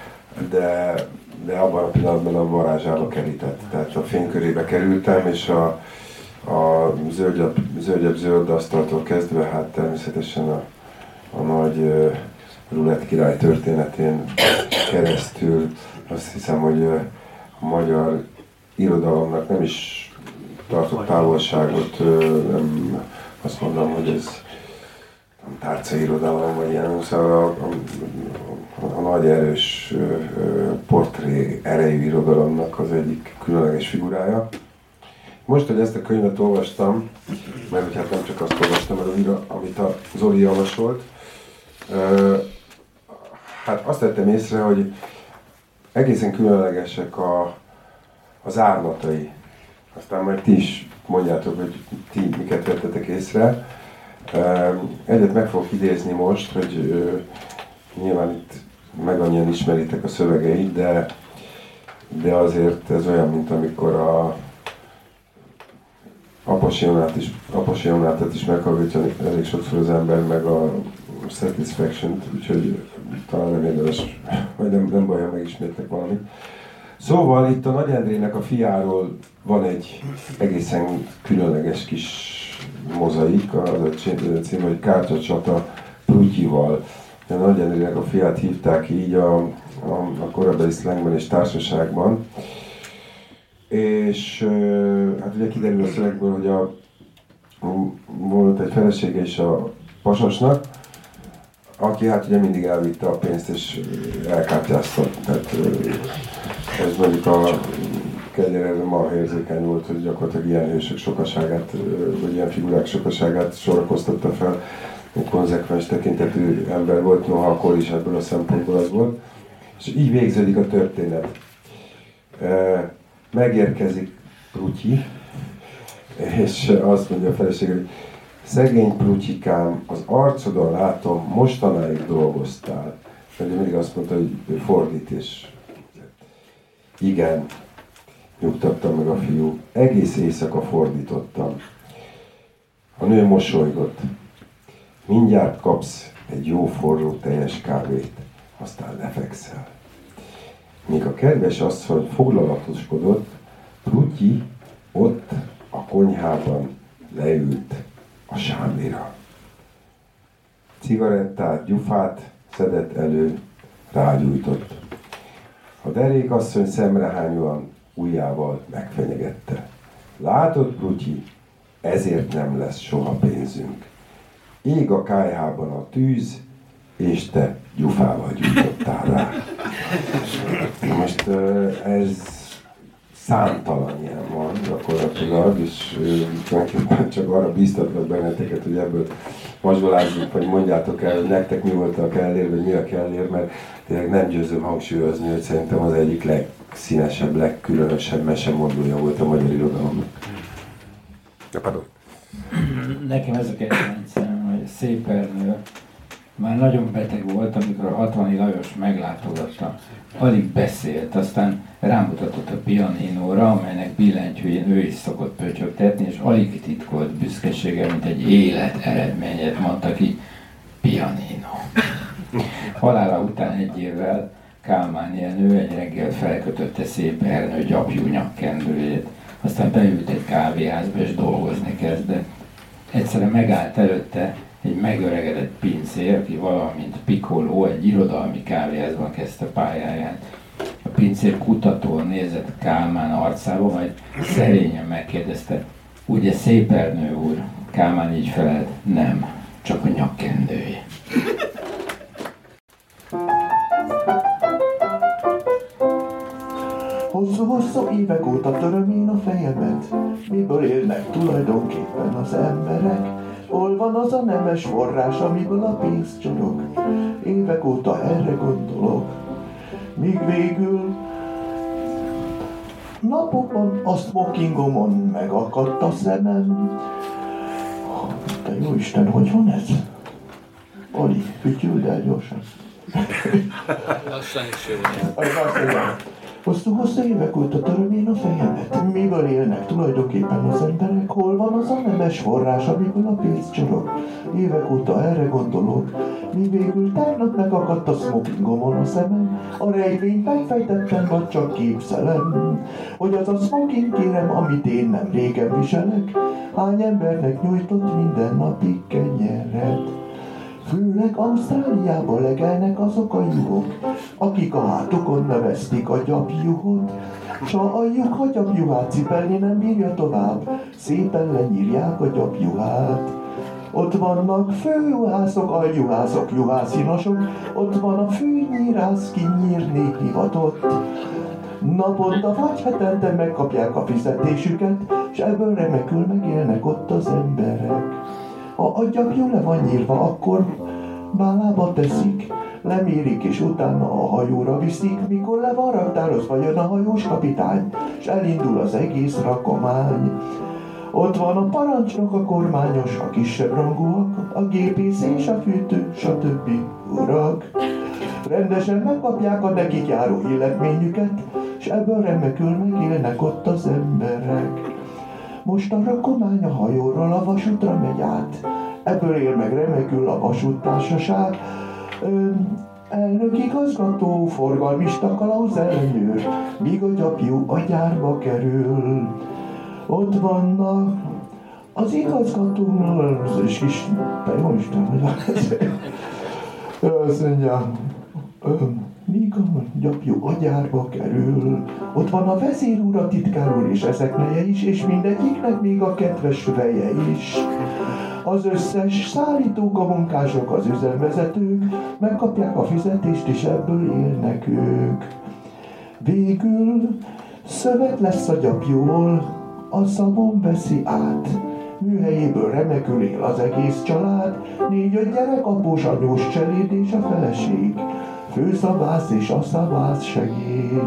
[SPEAKER 2] de abban a pillanatban a varázsába kerített. Tehát a fénykörébe kerültem, és a zöldebb zöld asztaltól kezdve, hát természetesen a nagy rulett király történetén keresztül azt hiszem, hogy a magyar irodalomnak nem is tartott távolságot, nem azt mondom, hogy ez tárcairodalom, vagy ilyen, szóval a nagy erős portré erejű irodalomnak az egyik különleges figurája. Most, hogy ezt a könyvet olvastam, mert hogy hát nem csak azt olvastam, amit a Zoli javasolt, hát azt tettem észre, hogy egészen különlegesek az árnatai. Aztán majd ti is mondjátok, hogy ti miket vettetek észre. Egyet meg fogok idézni most, hogy nyilván itt meg annyian ismeritek a szövegeit, de azért ez olyan, mint amikor a Apassionátot is meghallgatja elég sokszor az ember, meg a Satisfaction-t, úgyhogy talán nem érdemes, vagy nem baj, ha megismétlek valamit. Szóval itt a Nagy Endrének a fiáról van egy egészen különleges kis mozaik, az a cím, hogy Kártyacsata Prutyival. A Nagy Endrének a fiát hívták így a korabeli szlengben és társaságban. És hát ugye kiderül a szövegből, hogy volt egy felesége is a pasasnak, aki hát ugye mindig elvitte a pénzt és elkártyázta. Tehát ez mondjuk a Kegyelező marha érzékeny volt, hogy gyakorlatilag ilyen hősök sokaságát, vagy ilyen figurák sokaságát sorakoztatta fel. Egy konzekvens tekintetű ember volt, noha akkor is ebből a szempontból az volt. És így végződik a történet. Megérkezik Prutyi, és azt mondja a felesége, hogy szegény Prutyikám, az arcodon látom, mostanáig dolgoztál. Mert mindig azt mondta, hogy fordít, és igen, nyugtatta meg a fiú, egész éjszaka fordítottam. A nő mosolygott. Mindjárt kapsz egy jó forró tejes kávét, aztán lefekszel. Míg a kedves asszony foglalatoskodott, Prutyi ott a konyhában leült a sámlira. Cigarettát, gyufát szedett elő, rágyújtott. A derékasszony szemrehányóan ujjával megfenyegette. Látod, Prutyi, ezért nem lesz soha pénzünk. Ég a kályhában a tűz, és te gyufával gyújtottál rá. Most ez számtalan ilyen van gyakorlatilag, és tulajdonképpen csak arra bíztatlak benneteket, hogy ebből mazsolázzunk, vagy mondjátok el, hogy nektek mi volt a kellér, vagy mi a kellér, mert tényleg nem győzöm hangsúlyozni, hogy szerintem az egyik legszínesebb, legkülönösebb mesemondója volt a magyar irodalomnak.
[SPEAKER 5] Nekem ez a kedvencem, hogy Szép Ernő már nagyon beteg volt, amikor a 60. Lajos meglátogatta. Alig beszélt, aztán rámutatott a pianinóra, amelynek billentyűjén ő is szokott pötyögtetni, és alig titkolt büszkesége, mint egy élet eredményét mondta ki, pianino. Halála után egy évvel Kálmán Jenő egy reggel felkötötte Szép Ernő gyapjú nyakkendőjét, aztán beült egy kávéházba és dolgozni kezdett. Egyszerre megállt előtte egy megöregedett pincér, aki valamint Piccolo egy irodalmi kávéházban kezdte pályáját. A pincér kutatóan nézett Kálmán arcába, majd szerényen megkérdezte, ugye Szép Ernő úr? Kálmán így felelt, nem, csak a nyakkendője.
[SPEAKER 6] Hosszú-hosszú évek óta töröm én a fejemet, miből élnek tulajdonképpen az emberek. Hol van az a nemes forrás, amiből a pénz csorog? Évek óta erre gondolok, míg végül napokban a smokingomon megakadt a szemem. Te jó Isten, hogy van ez? Ali, fütyüld el gyorsan.
[SPEAKER 7] Lassan is jó.
[SPEAKER 6] Hosszú-hosszú évek óta töröm én a fejemet. Miből élnek tulajdonképpen az emberek? Hol van az a nemes forrás, amiből a pénz csorog? Évek óta erre gondolok, mi végül tegnap megakadt a smokingomon a szemem. A rejtvényt megfejtettem, vagy csak képzelem, hogy az a smoking, kérem, amit én nem régen viselek, hány embernek nyújtott mindennapi kenyeret. Főleg Ausztráliában legelnek azok a juhok, akik a hátukon nevezték a gyapjuhot. S a juh a gyapjuhát cipelni nem bírja tovább, szépen lenyírják a gyapjuhát. Ott vannak főjuhászok, aljuhászok, juhászinosok, ott van a főnyírász, kinyírni hivatott. Naponta vagy hetente megkapják a fizetésüket, s ebből remekül megélnek ott az emberek. Ha a gyapjú le van nyírva, akkor bálába teszik, lemérik és utána a hajóra viszik, mikor le van raktározva, jön a hajós kapitány, s elindul az egész rakomány. Ott van a parancsnok, a kormányos, a kisebb rangúak, a gépész és a fűtő, stb. Urak. Rendesen megkapják a nekik járó illetményüket, s ebből remekül megélnek ott az emberek. Most a rakomány a hajóról a vasútra megy át, ebből él meg remekül a vasúttársaság. Elnök igazgató, forgalmista, kalauz ellenőr, míg a gyapjú a gyárba kerül. Ott vannak az igazgató, és kis, te jó Isten, hogy van ez? Azt mondja, míg a gyapjú a gyárba kerül. Ott van a vezér úr, a titkár úr és ezek neje is, és mindegyiknek még a kedves veje is. Az összes szállítók, a munkások, az üzemvezetők megkapják a fizetést, és ebből élnek ők. Végül szövet lesz a gyapjúból, a Szabon veszi át. Műhelyéből remekül él az egész család, 4-5 gyerek, após, anyós cseléd és a feleség, főszabász és a szabász segéd.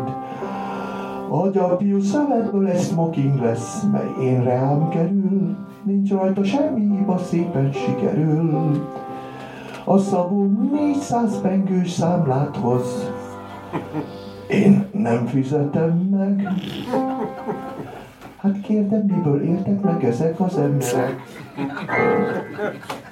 [SPEAKER 6] A gyapjú szövetből egy smoking lesz, mely én rám kerül, nincs rajta semmi hiba, szépen sikerül. A Szabó 400 pengős számlát hoz, én nem fizetem meg. Hát kérdem, miből értek meg ezek az emberek?